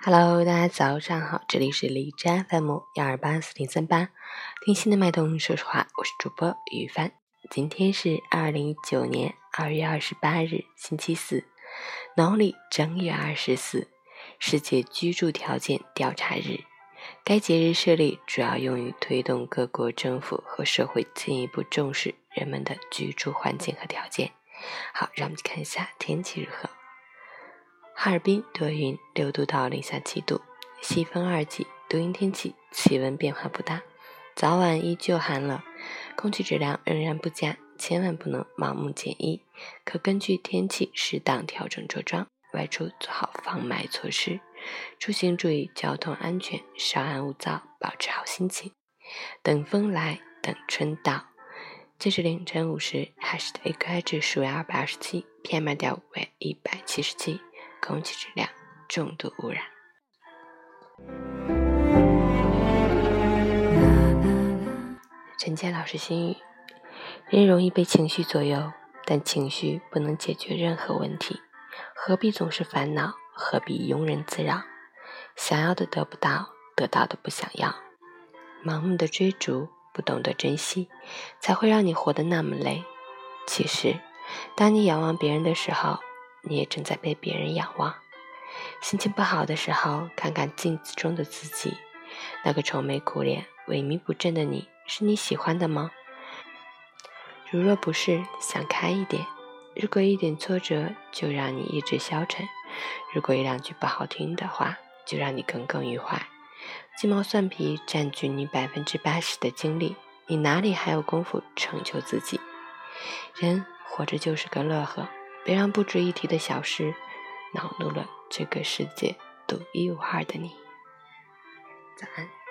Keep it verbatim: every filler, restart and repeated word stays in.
Hello， 大家早上好，这里是荔枝 F M 幺二八四零三八，听心的脉动，说实话，我是主播于帆。今天是二零一九年二月二十八日，星期四，农历正月二十四，世界居住条件调查日。该节日设立主要用于推动各国政府和社会进一步重视人们的居住环境和条件。好，让我们去看一下天气如何。哈尔滨多云，六度到零下七度，西风二级，多云天气，气温变化不大，早晚依旧寒冷，空气质量仍然不佳，千万不能盲目减衣，可根据天气适当调整着装，外出做好防霾措施，出行注意交通安全，稍安勿躁，保持好心情，等风来，等春到。截至凌晨五时，海市的 A Q I 指数为二百二十七 ，P M 二点五 为一百七十七，空气质量重度污染。陈杰老师心语：人容易被情绪左右，但情绪不能解决任何问题，何必总是烦恼，何必庸人自扰，想要的得不到，得到的不想要，盲目的追逐，不懂得珍惜，才会让你活得那么累。其实当你仰望别人的时候，你也正在被别人仰望。心情不好的时候，看看镜子中的自己，那个愁眉苦脸萎靡不振的你，是你喜欢的吗？如若不是，想开一点。如果一点挫折就让你意志消沉，如果一两句不好听的话就让你耿耿于怀，鸡毛蒜皮占据你百分之八十的精力，你哪里还有功夫成就自己？人活着就是个乐呵，别让不值一提的小事恼怒了这个世界独一无二的你。早安。